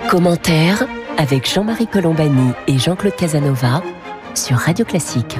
Commentaire avec Jean-Marie Colombani et Jean-Claude Casanova sur Radio Classique.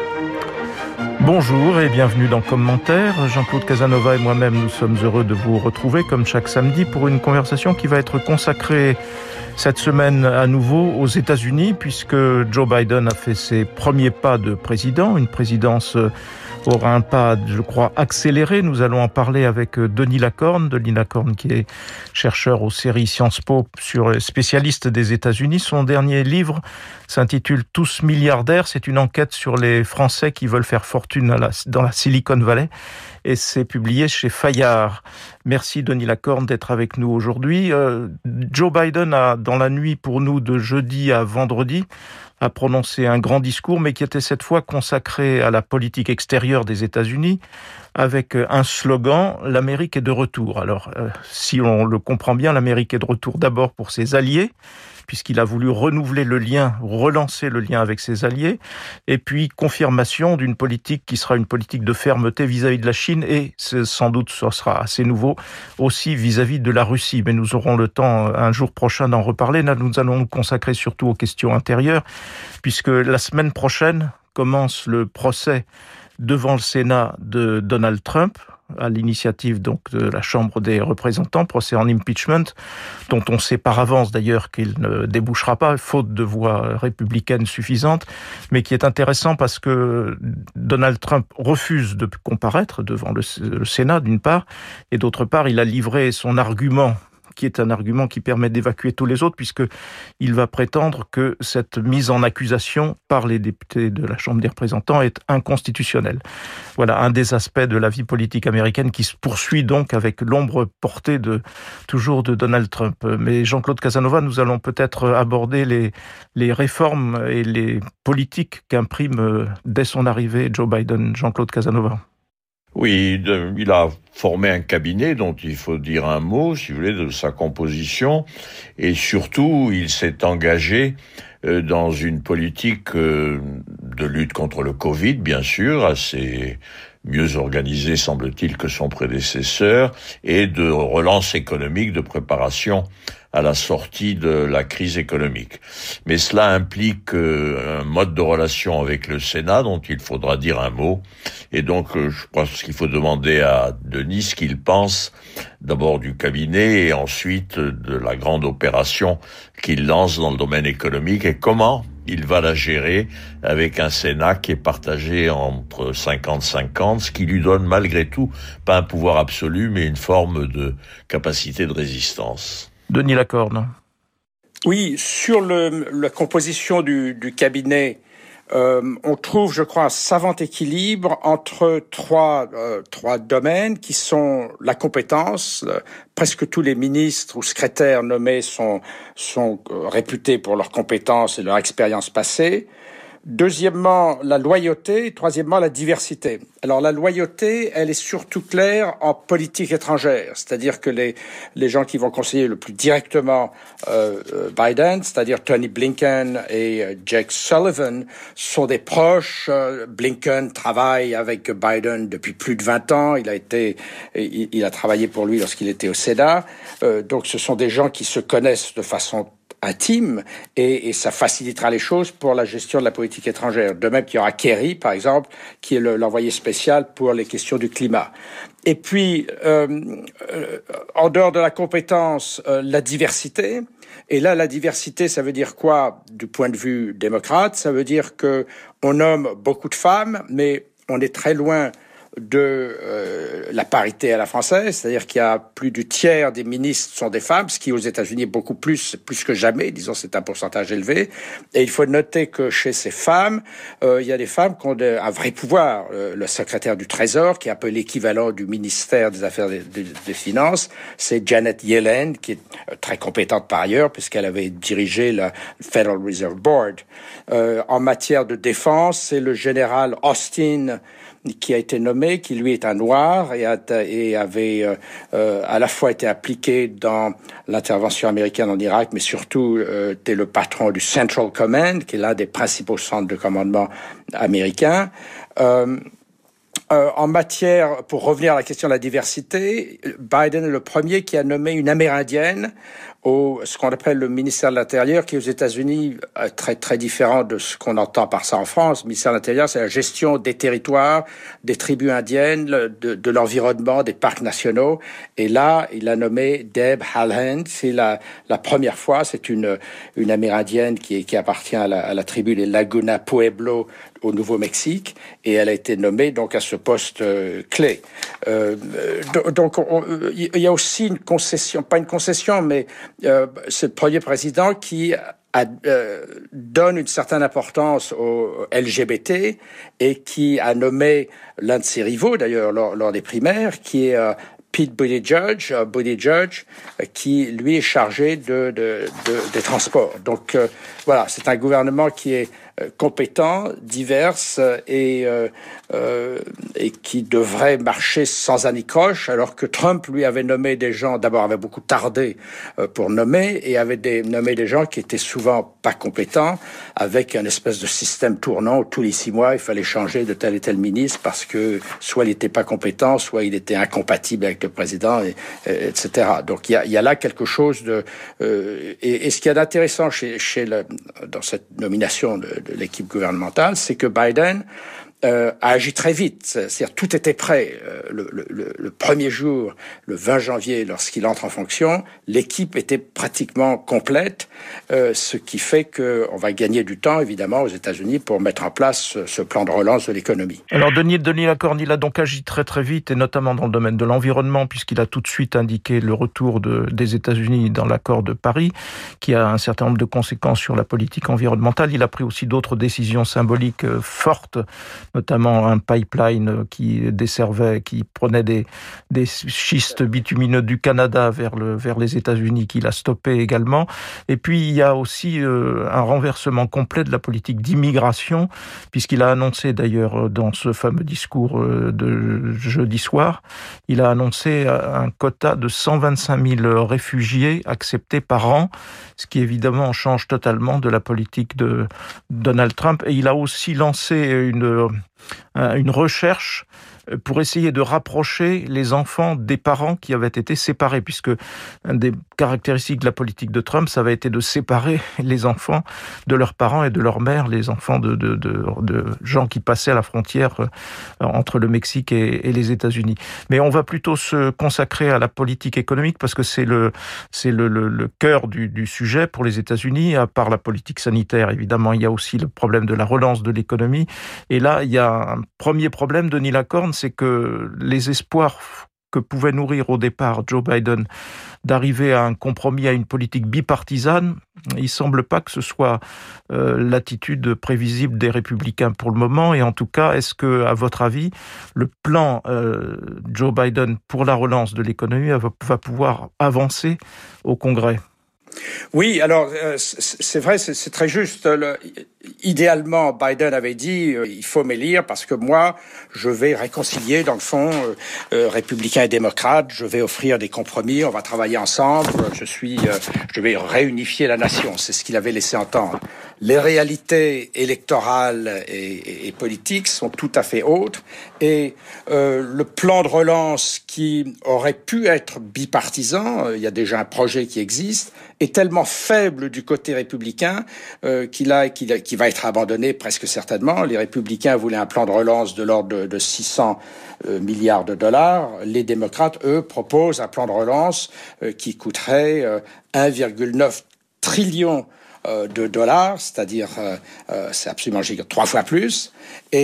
Bonjour et bienvenue dans Commentaire. Jean-Claude Casanova et moi-même, nous sommes heureux de vous retrouver comme chaque samedi pour une conversation qui va être consacrée cette semaine à nouveau aux États-Unis, puisque Joe Biden a fait ses premiers pas de président. Une présidence aura un pas, je crois, accéléré. Nous allons en parler avec Denis Lacorne. Denis Lacorne qui est chercheur aux séries Sciences Po, spécialiste des États-Unis. Son dernier livre s'intitule « Tous milliardaires ». C'est une enquête sur les Français qui veulent faire fortune dans la Silicon Valley. Et c'est publié chez Fayard. Merci Denis Lacorne d'être avec nous aujourd'hui. Joe Biden a, dans la nuit pour nous de jeudi à vendredi, a prononcé un grand discours, mais qui était cette fois consacré à la politique extérieure des États-Unis, avec un slogan « L'Amérique est de retour ». Alors, si on le comprend bien, l'Amérique est de retour d'abord pour ses alliés, puisqu'il a voulu renouveler le lien, relancer le lien avec ses alliés, et puis confirmation d'une politique qui sera une politique de fermeté vis-à-vis de la Chine, et sans doute ce sera assez nouveau, aussi vis-à-vis de la Russie. Mais nous aurons le temps un jour prochain d'en reparler. Là, nous allons nous consacrer surtout aux questions intérieures, puisque la semaine prochaine commence le procès devant le Sénat de Donald Trump, à l'initiative donc de la Chambre des représentants, procès en impeachment, dont on sait par avance d'ailleurs qu'il ne débouchera pas, faute de voix républicaines suffisantes, mais qui est intéressant parce que Donald Trump refuse de comparaître devant le Sénat d'une part, et d'autre part il a livré son argument, qui est un argument qui permet d'évacuer tous les autres, puisqu'il va prétendre que cette mise en accusation par les députés de la Chambre des représentants est inconstitutionnelle. Voilà un des aspects de la vie politique américaine qui se poursuit donc avec l'ombre portée toujours de Donald Trump. Mais Jean-Claude Casanova, nous allons peut-être aborder les réformes et les politiques qu'imprime dès son arrivée Joe Biden. Jean-Claude Casanova. Oui, il a formé un cabinet dont il faut dire un mot, si vous voulez, de sa composition. Et surtout, il s'est engagé dans une politique de lutte contre le Covid, bien sûr, assez mieux organisée, semble-t-il, que son prédécesseur, et de relance économique, de préparation à la sortie de la crise économique. Mais cela implique un mode de relation avec le Sénat dont il faudra dire un mot. Et donc, je pense qu'il faut demander à Denis ce qu'il pense d'abord du cabinet et ensuite de la grande opération qu'il lance dans le domaine économique et comment il va la gérer avec un Sénat qui est partagé entre 50-50, ce qui lui donne malgré tout pas un pouvoir absolu, mais une forme de capacité de résistance. Denis Lacorne. Oui, sur la composition du cabinet, on trouve, je crois, un savant équilibre entre trois domaines qui sont la compétence. Presque tous les ministres ou secrétaires nommés sont réputés pour leurs compétences et leur expérience passée. Deuxièmement, la loyauté. Troisièmement, la diversité. Alors, la loyauté, elle est surtout claire en politique étrangère. C'est-à-dire que les gens qui vont conseiller le plus directement Biden, c'est-à-dire Tony Blinken et Jake Sullivan, sont des proches. Blinken travaille avec Biden depuis plus de 20 ans. Il a travaillé pour lui lorsqu'il était au Sénat. Donc, ce sont des gens qui se connaissent de façon intime et ça facilitera les choses pour la gestion de la politique étrangère. De même qu'il y aura Kerry, par exemple, qui est l'envoyé spécial pour les questions du climat. Et puis, en dehors de la compétence, la diversité. Et là, la diversité, ça veut dire quoi du point de vue démocrate? Ça veut dire que on nomme beaucoup de femmes, mais on est très loin de la parité à la française, c'est-à-dire qu'il y a plus du tiers des ministres sont des femmes, ce qui aux États-Unis est beaucoup plus que jamais, disons c'est un pourcentage élevé. Et il faut noter que chez ces femmes, il y a des femmes qui ont un vrai pouvoir. Le secrétaire du Trésor, qui est un peu l'équivalent du ministère des Affaires des Finances, c'est Janet Yellen, qui est très compétente par ailleurs, puisqu'elle avait dirigé le Federal Reserve Board. En matière de défense, c'est le général Austin qui a été nommé, qui lui est un noir et avait à la fois été impliqué dans l'intervention américaine en Irak, mais surtout était le patron du Central Command, qui est l'un des principaux centres de commandement américains. En matière, pour revenir à la question de la diversité, Biden est le premier qui a nommé une Amérindienne ce qu'on appelle le ministère de l'Intérieur, qui aux États-Unis est très très différent de ce qu'on entend par ça en France. Le ministère de l'Intérieur, c'est la gestion des territoires, des tribus indiennes, de l'environnement, des parcs nationaux. Et là, il a nommé Deb Haaland. C'est la première fois. C'est une Amérindienne qui appartient à la tribu des Laguna Pueblo au Nouveau-Mexique, et elle a été nommée donc à ce poste clé. Donc il y a aussi une concession, pas une concession, mais c'est le premier président qui donne une certaine importance au LGBT et qui a nommé l'un de ses rivaux d'ailleurs lors des primaires, qui est Pete Buttigieg, qui lui est chargé des transports. Donc voilà, c'est un gouvernement qui est compétent, divers et qui devrait marcher sans anicroche, alors que Trump lui avait nommé des gens, d'abord avait beaucoup tardé pour nommer, et avait nommé des gens qui étaient souvent pas compétents, avec un espèce de système tournant où tous les 6 mois il fallait changer de tel et tel ministre parce que soit il était pas compétent, soit il était incompatible avec le président, etc. Donc il y a là quelque chose de et ce qu'il y a d'intéressant dans cette nomination de l'équipe gouvernementale, c'est que Biden a agi très vite. C'est-à-dire tout était prêt. Le premier jour, le 20 janvier, lorsqu'il entre en fonction, l'équipe était pratiquement complète, ce qui fait qu'on va gagner du temps, évidemment, aux États-Unis pour mettre en place ce plan de relance de l'économie. Alors, Denis Lacorne, il a donc agi très très vite, et notamment dans le domaine de l'environnement, puisqu'il a tout de suite indiqué le retour des États-Unis dans l'accord de Paris, qui a un certain nombre de conséquences sur la politique environnementale. Il a pris aussi d'autres décisions symboliques fortes, notamment un pipeline qui prenait des schistes bitumineux du Canada vers les États-Unis, qu'il a stoppé également. Et puis il y a aussi un renversement complet de la politique d'immigration, puisqu'il a annoncé d'ailleurs dans ce fameux discours de jeudi soir, il a annoncé un quota de 125 000 réfugiés acceptés par an, ce qui évidemment change totalement de la politique de Donald Trump. Et il a aussi lancé une recherche pour essayer de rapprocher les enfants des parents qui avaient été séparés, puisque une des caractéristiques de la politique de Trump, ça avait été de séparer les enfants de leurs parents et de leur mère, les enfants de gens qui passaient à la frontière entre le Mexique et les États-Unis. Mais on va plutôt se consacrer à la politique économique, parce que c'est le cœur du sujet pour les États-Unis. À part la politique sanitaire, évidemment, il y a aussi le problème de la relance de l'économie. Et là, il y a un premier problème, Denis Lacorne, c'est que les espoirs que pouvait nourrir au départ Joe Biden d'arriver à un compromis, à une politique bipartisane, il semble pas que ce soit l'attitude prévisible des républicains pour le moment. Et en tout cas, est-ce que, à votre avis, le plan Joe Biden pour la relance de l'économie va pouvoir avancer au Congrès ? Oui, alors c'est vrai, c'est très juste. Idéalement, Biden avait dit il faut m'élire parce que moi, je vais réconcilier, dans le fond, républicains et démocrates. Je vais offrir des compromis. On va travailler ensemble. Je vais réunifier la nation. C'est ce qu'il avait laissé entendre. Les réalités électorales et politiques sont tout à fait autres. Et le plan de relance qui aurait pu être bipartisan, il y a déjà un projet qui existe, est tellement faible du côté républicain qui va être abandonné presque certainement. Les républicains voulaient un plan de relance de l'ordre de 600 milliards de dollars. Les démocrates, eux, proposent un plan de relance qui coûterait 1,9 trillion de dollars, c'est-à-dire c'est absolument gigantesque, 3 fois plus.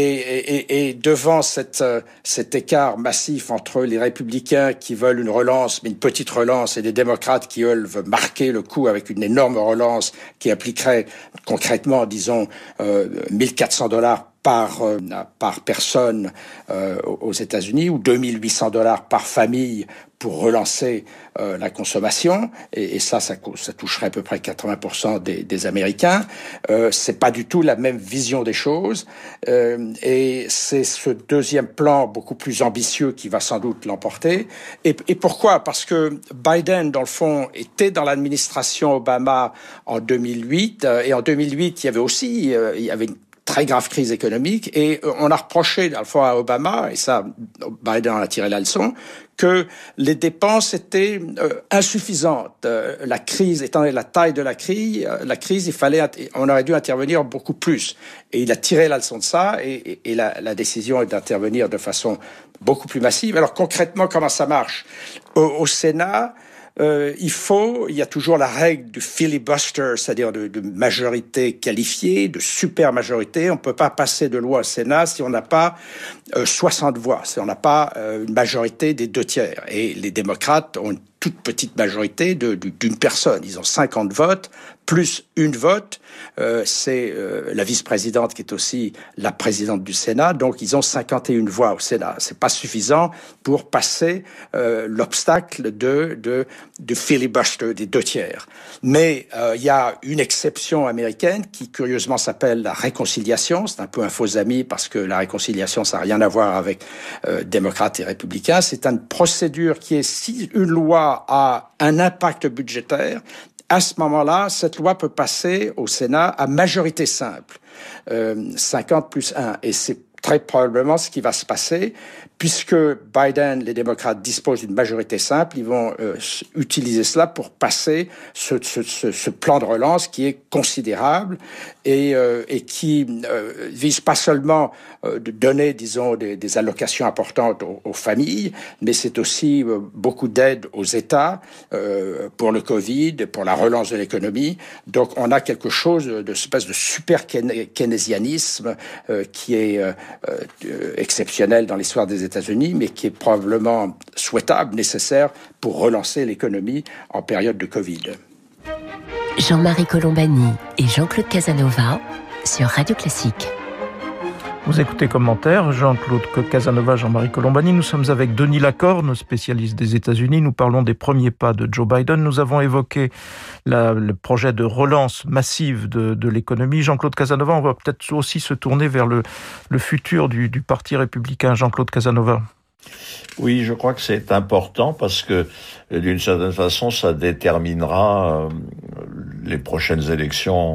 Et devant cet écart massif entre les républicains qui veulent une relance, mais une petite relance, et les démocrates qui, eux, veulent marquer le coup avec une énorme relance qui impliquerait concrètement, disons, 1 400 dollars par personne aux États-Unis, ou 2 800 dollars par famille pour relancer la consommation, et ça toucherait à peu près 80% des Américains. C'est pas du tout la même vision des choses, et c'est ce deuxième plan beaucoup plus ambitieux qui va sans doute l'emporter. Et pourquoi ? Parce que Biden, dans le fond, était dans l'administration Obama en 2008, et en 2008, il y avait une très grave crise économique, et on a reproché à la fois à Obama, et ça Biden en a tiré la leçon, que les dépenses étaient insuffisantes. La crise, étant donné la taille de la crise, on aurait dû intervenir beaucoup plus. Et il a tiré la leçon de ça, et la décision est d'intervenir de façon beaucoup plus massive. Alors concrètement, comment ça marche ? Au Sénat, il y a toujours la règle du filibuster, c'est-à-dire de majorité qualifiée, de super majorité. On ne peut pas passer de loi au Sénat si on n'a pas 60 voix, si on n'a pas une majorité des 2/3. Et les démocrates ont une toute petite majorité d'une personne. Ils ont 50 votes, plus une vote. C'est la vice-présidente qui est aussi la présidente du Sénat. Donc, ils ont 51 voix au Sénat. C'est pas suffisant pour passer l'obstacle du filibuster des 2/3. Mais il y a une exception américaine qui, curieusement, s'appelle la réconciliation. C'est un peu un faux ami parce que la réconciliation, ça n'a rien à voir avec démocrates et républicains. C'est une procédure qui est, si une loi a un impact budgétaire, à ce moment-là, cette loi peut passer au Sénat à majorité simple, 50 plus 1. Et c'est très probablement ce qui va se passer, puisque Biden, les démocrates, disposent d'une majorité simple. Ils vont utiliser cela pour passer ce plan de relance qui est considérable et qui vise pas seulement de donner, disons, des allocations importantes aux familles, mais c'est aussi beaucoup d'aide aux États pour le Covid, pour la relance de l'économie. Donc, on a quelque chose de espèce de super keynésianisme qui est exceptionnel dans l'histoire des États-Unis, mais qui est probablement souhaitable, nécessaire pour relancer l'économie en période de Covid. Jean-Marie Colombani et Jean-Claude Casanova sur Radio Classique. Vous écoutez Commentaire, Jean-Claude Casanova, Jean-Marie Colombani. Nous sommes avec Denis Lacorne, spécialiste des États-Unis. Nous parlons des premiers pas de Joe Biden. Nous avons évoqué le projet de relance massive de l'économie. Jean-Claude Casanova, on va peut-être aussi se tourner vers le futur du Parti républicain. Jean-Claude Casanova. Oui, je crois que c'est important parce que, d'une certaine façon, ça déterminera les prochaines élections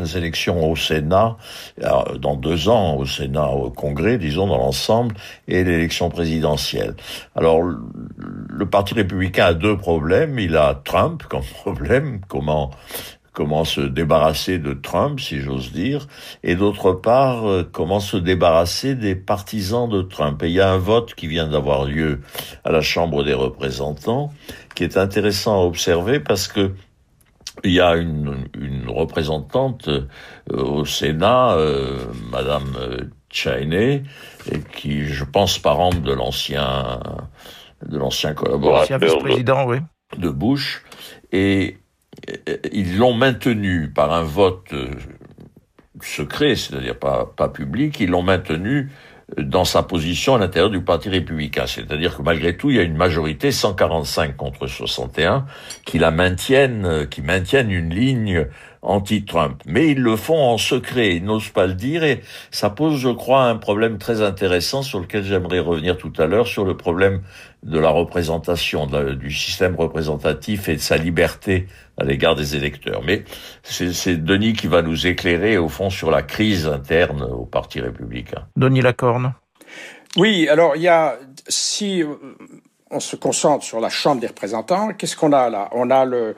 au Sénat, dans 2 ans, au Sénat, au Congrès, disons, dans l'ensemble, et l'élection présidentielle. Alors, le Parti républicain a 2 problèmes. Il a Trump comme problème, comment se débarrasser de Trump, si j'ose dire, et d'autre part, comment se débarrasser des partisans de Trump. Et il y a un vote qui vient d'avoir lieu à la Chambre des représentants, qui est intéressant à observer parce que il y a une représentante au Sénat, Madame Cheney, qui, je pense, parente de l'ancien collaborateur, vice-président, oui, de Bush, et ils l'ont maintenu par un vote secret, c'est-à-dire pas public, ils l'ont maintenu dans sa position à l'intérieur du Parti républicain. C'est-à-dire que malgré tout, il y a une majorité 145 contre 61 qui maintiennent une ligne anti-Trump. Mais ils le font en secret, ils n'osent pas le dire, et ça pose, je crois, un problème très intéressant sur lequel j'aimerais revenir tout à l'heure, sur le problème de la représentation, du système représentatif et de sa liberté à l'égard des électeurs. Mais c'est Denis qui va nous éclairer, au fond, sur la crise interne au Parti républicain. Denis Lacorne. Oui, alors si on se concentre sur la Chambre des représentants, qu'est-ce qu'on a là ? On a le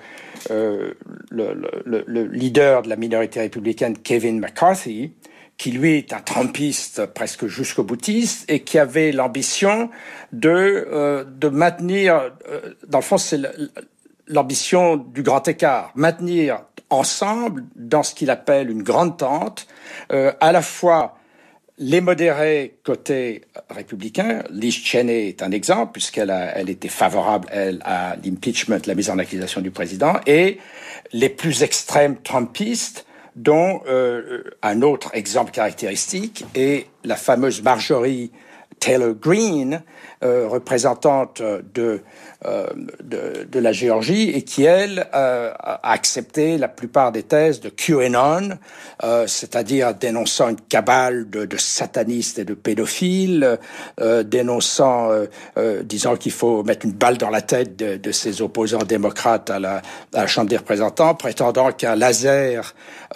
leader de la minorité républicaine, Kevin McCarthy, qui lui est un trumpiste presque jusqu'au boutiste et qui avait l'ambition de maintenir, dans le fond, c'est l'ambition du grand écart, maintenir ensemble, dans ce qu'il appelle une grande tente, à la fois les modérés côté républicain. Liz Cheney est un exemple, elle était favorable, à l'impeachment, la mise en accusation du président, et les plus extrêmes trumpistes, dont un autre exemple caractéristique est la fameuse Marjorie Taylor Greene, représentante de de la Géorgie et qui, elle, a accepté la plupart des thèses de QAnon, c'est-à-dire dénonçant une cabale de satanistes et de pédophiles, disant qu'il faut mettre une balle dans la tête de ses opposants démocrates à la Chambre des représentants, prétendant qu'un laser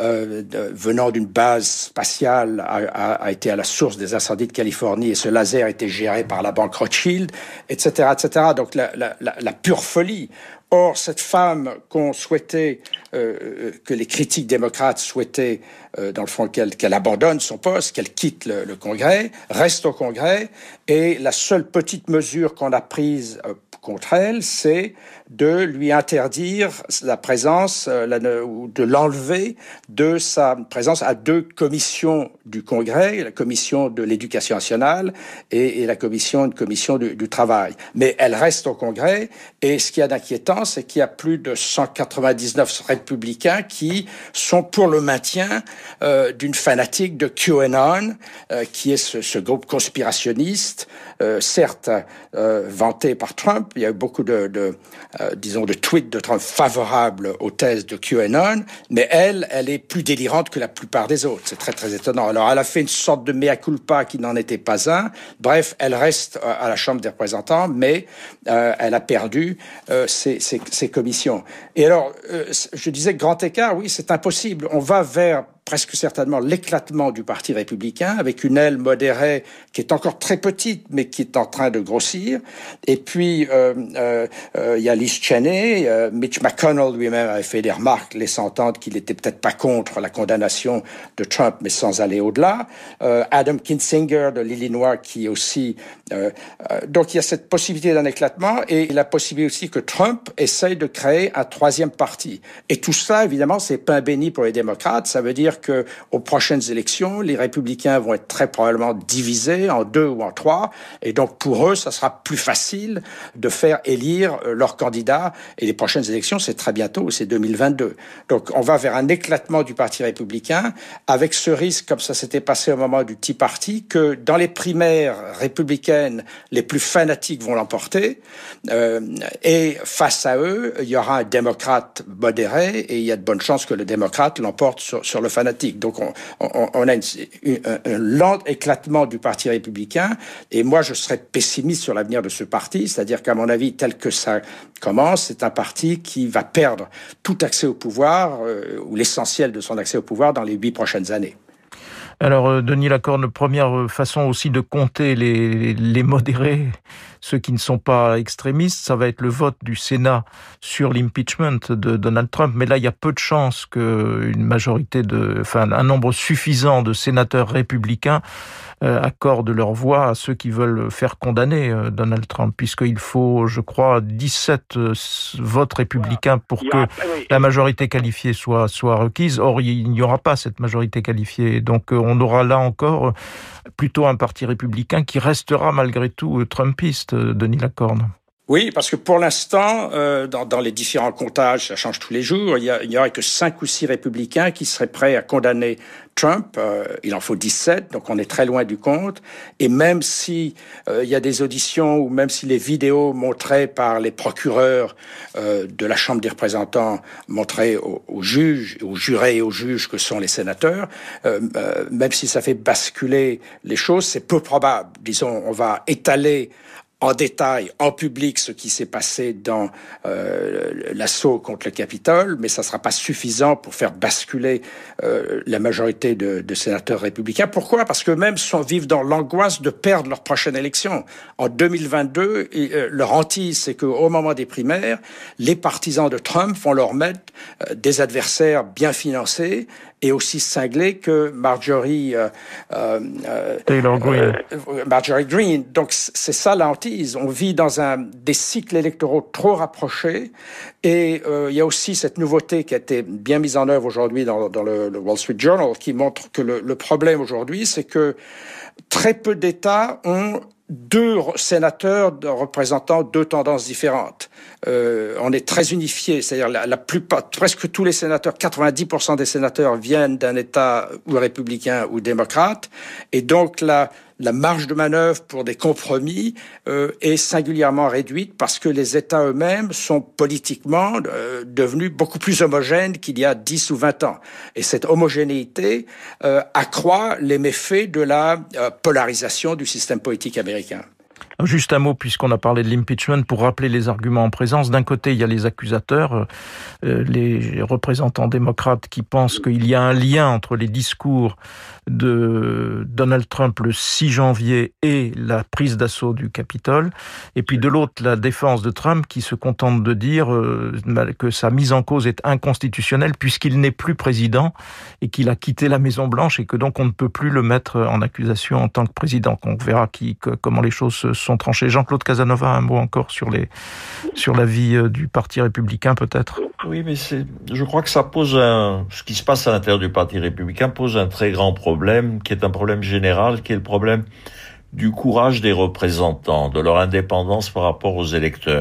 venant d'une base spatiale a été à la source des incendies de Californie et ce laser était géré par la banque Rothschild, etc., etc. Donc la pure folie. Or, cette femme qu'on souhaitait, que les critiques démocrates souhaitaient, dans le fond, qu'elle abandonne son poste, qu'elle quitte le Congrès, reste au Congrès, et la seule petite mesure qu'on a prise contre elle, c'est de lui interdire la présence ou de l'enlever de sa présence à 2 commissions du Congrès, la commission de l'éducation nationale et une commission du travail. Mais elle reste au Congrès et ce qu'il y a d'inquiétant, c'est qu'il y a plus de 199 républicains qui sont pour le maintien d'une fanatique de QAnon, qui est ce groupe conspirationniste, certes vanté par Trump. Il y a eu beaucoup de tweets de Trump favorables aux thèses de QAnon, mais elle est plus délirante que la plupart des autres. C'est très, très étonnant. Alors, elle a fait une sorte de mea culpa qui n'en était pas un. Bref, elle reste à la Chambre des représentants, mais elle a perdu ses commissions. Et alors, je disais grand écart, oui, c'est impossible. On va vers presque certainement l'éclatement du Parti républicain, avec une aile modérée qui est encore très petite, mais qui est en train de grossir. Et puis, il y a Liz Cheney, Mitch McConnell lui-même avait fait des remarques laissant entendre qu'il n'était peut-être pas contre la condamnation de Trump, mais sans aller au-delà. Adam Kinzinger de l'Illinois qui aussi... donc, il y a cette possibilité d'un éclatement et la possibilité aussi que Trump essaye de créer un 3e parti. Et tout ça, évidemment, c'est pain béni pour les démocrates. Ça veut dire que aux prochaines élections, les républicains vont être très probablement divisés en 2 ou en 3, et donc pour eux, ça sera plus facile de faire élire leur candidat. Et les prochaines élections, c'est très bientôt, c'est 2022. Donc on va vers un éclatement du Parti républicain, avec ce risque, comme ça s'était passé au moment du Tea Party, que dans les primaires républicaines, les plus fanatiques vont l'emporter, et face à eux, il y aura un démocrate modéré, et il y a de bonnes chances que le démocrate l'emporte sur le fanatique. Donc on a un lent éclatement du Parti républicain, et moi je serais pessimiste sur l'avenir de ce parti, c'est-à-dire qu'à mon avis, tel que ça commence, c'est un parti qui va perdre tout accès au pouvoir, ou l'essentiel de son accès au pouvoir dans les 8 prochaines années. Alors, Denis Lacorne, première façon aussi de compter les modérés, ceux qui ne sont pas extrémistes, ça va être le vote du Sénat sur l'impeachment de Donald Trump. Mais là, il y a peu de chances qu'une majorité un nombre suffisant de sénateurs républicains accordent leur voix à ceux qui veulent faire condamner Donald Trump, puisqu'il faut, je crois, 17 votes républicains pour que la majorité qualifiée soit requise. Or, il n'y aura pas cette majorité qualifiée. Donc, on aura là encore plutôt un parti républicain qui restera malgré tout trumpiste, Denis Lacorne. Oui, parce que pour l'instant, dans les différents comptages, ça change tous les jours, il n'y aurait que 5 ou 6 républicains qui seraient prêts à condamner Trump. Il en faut 17, donc on est très loin du compte. Et même si il y a des auditions, ou même si les vidéos montrées par les procureurs de la Chambre des représentants montraient aux juges, aux jurés et aux juges que sont les sénateurs, même si ça fait basculer les choses, c'est peu probable. Disons, on va étaler en détail, en public, ce qui s'est passé dans l'assaut contre le Capitole, mais ça ne sera pas suffisant pour faire basculer la majorité de sénateurs républicains. Pourquoi ? Parce qu'eux-mêmes vivent dans l'angoisse de perdre leur prochaine élection. En 2022, leur hantise, c'est qu'au moment des primaires, les partisans de Trump vont leur mettre des adversaires bien financés et aussi cinglés que Marjorie Greene. Donc c'est ça la hantise. On vit dans des cycles électoraux trop rapprochés, et il y a aussi cette nouveauté qui a été bien mise en œuvre aujourd'hui dans le Wall Street Journal, qui montre que le problème aujourd'hui, c'est que très peu d'États ont 2 sénateurs représentant 2 tendances différentes. On est très unifié, c'est-à-dire la plupart, presque tous les sénateurs, 90% des sénateurs viennent d'un État ou républicain ou démocrate, et donc la marge de manœuvre pour des compromis est singulièrement réduite parce que les États eux-mêmes sont politiquement devenus beaucoup plus homogènes qu'il y a 10 ou 20 ans. Et cette homogénéité accroît les méfaits de la polarisation du système politique américain. Juste un mot, puisqu'on a parlé de l'impeachment, pour rappeler les arguments en présence. D'un côté, il y a les accusateurs, les représentants démocrates qui pensent qu'il y a un lien entre les discours de Donald Trump le 6 janvier et la prise d'assaut du Capitole. Et puis de l'autre, la défense de Trump qui se contente de dire que sa mise en cause est inconstitutionnelle puisqu'il n'est plus président et qu'il a quitté la Maison-Blanche et que donc on ne peut plus le mettre en accusation en tant que président. On verra comment les choses sont tranchées. Jean-Claude Casanova, un mot encore sur la vie du Parti républicain peut-être. Oui, mais je crois que ça pose ce qui se passe à l'intérieur du Parti républicain pose un très grand problème, qui est un problème général, qui est le problème du courage des représentants, de leur indépendance par rapport aux électeurs.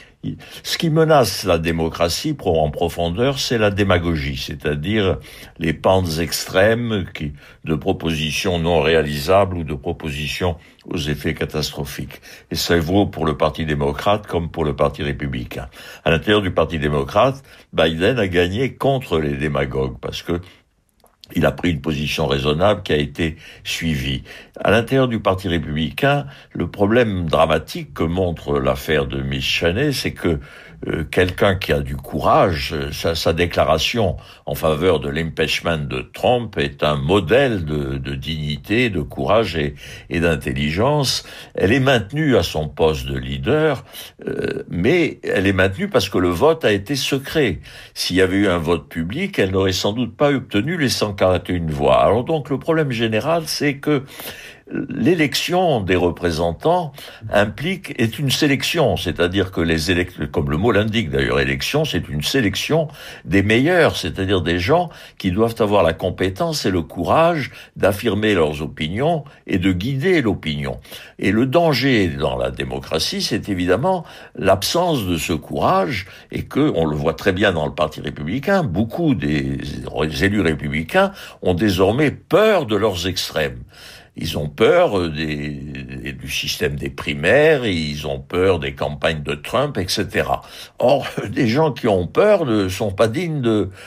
Ce qui menace la démocratie en profondeur, c'est la démagogie, c'est-à-dire les pentes extrêmes de propositions non réalisables ou de propositions aux effets catastrophiques. Et ça vaut pour le Parti démocrate comme pour le Parti républicain. À l'intérieur du Parti démocrate, Biden a gagné contre les démagogues parce que il a pris une position raisonnable qui a été suivie. À l'intérieur du Parti républicain, le problème dramatique que montre l'affaire de Miss Cheney, c'est que quelqu'un qui a du courage, sa déclaration en faveur de l'impeachment de Trump est un modèle de dignité, de courage et d'intelligence. Elle est maintenue à son poste de leader, mais elle est maintenue parce que le vote a été secret. S'il y avait eu un vote public, elle n'aurait sans doute pas obtenu les 141 voix. Alors donc le problème général, c'est que l'élection des représentants est une sélection, c'est-à-dire que les électeurs, comme le mot l'indique d'ailleurs, élection, c'est une sélection des meilleurs, c'est-à-dire des gens qui doivent avoir la compétence et le courage d'affirmer leurs opinions et de guider l'opinion. Et le danger dans la démocratie, c'est évidemment l'absence de ce courage et que, on le voit très bien dans le Parti républicain, beaucoup des élus républicains ont désormais peur de leurs extrêmes. Ils ont peur du système des primaires, ils ont peur des campagnes de Trump, etc. Or, des gens qui ont peur ne sont pas dignes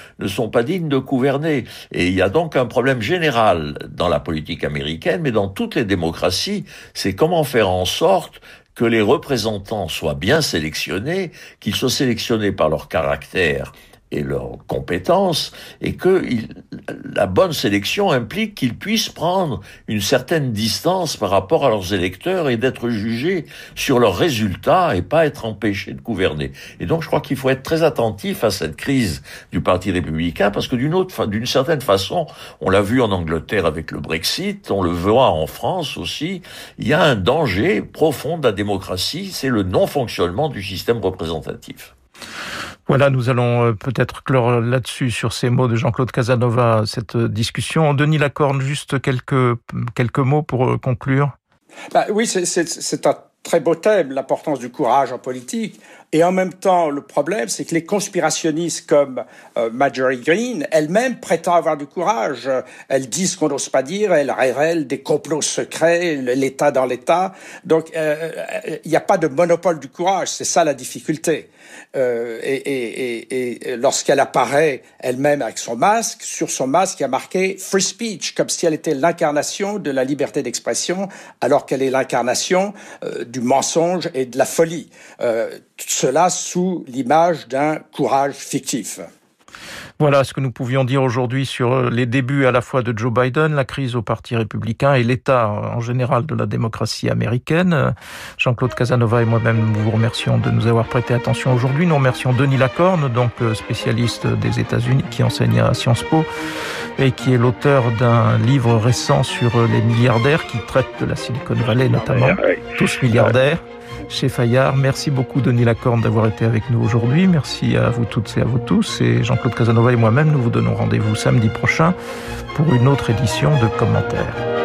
de gouverner. Et il y a donc un problème général dans la politique américaine, mais dans toutes les démocraties, c'est comment faire en sorte que les représentants soient bien sélectionnés, qu'ils soient sélectionnés par leur caractère et leurs compétences, et que la bonne sélection implique qu'ils puissent prendre une certaine distance par rapport à leurs électeurs et d'être jugés sur leurs résultats et pas être empêchés de gouverner. Et donc je crois qu'il faut être très attentif à cette crise du Parti républicain, parce que d'une certaine façon, on l'a vu en Angleterre avec le Brexit, on le voit en France aussi, il y a un danger profond de la démocratie, c'est le non-fonctionnement du système représentatif. Voilà, nous allons peut-être clore là-dessus, sur ces mots de Jean-Claude Casanova, cette discussion. Denis Lacorne, juste quelques mots pour conclure. Oui, c'est un très beau thème, l'importance du courage en politique. Et en même temps, le problème, c'est que les conspirationnistes comme Marjorie Greene, elle-même prétend avoir du courage. Elle dit ce qu'on n'ose pas dire, elle révèle des complots secrets, l'État dans l'État. Donc, il n'y a pas de monopole du courage, c'est ça la difficulté. Et lorsqu'elle apparaît elle-même avec son masque, sur son masque il y a marqué Free Speech, comme si elle était l'incarnation de la liberté d'expression, alors qu'elle est l'incarnation du mensonge et de la folie. Tout cela sous l'image d'un courage fictif. Voilà ce que nous pouvions dire aujourd'hui sur les débuts à la fois de Joe Biden, la crise au Parti républicain et l'état en général de la démocratie américaine. Jean-Claude Casanova et moi-même, nous vous remercions de nous avoir prêté attention aujourd'hui. Nous remercions Denis Lacorne, donc spécialiste des États-Unis, qui enseigne à Sciences Po et qui est l'auteur d'un livre récent sur les milliardaires qui traite de la Silicon Valley notamment, tous milliardaires. Chez Fayard. Merci beaucoup Denis Lacorne d'avoir été avec nous aujourd'hui. Merci à vous toutes et à vous tous. Et Jean-Claude Casanova et moi-même, nous vous donnons rendez-vous samedi prochain pour une autre édition de Commentaires.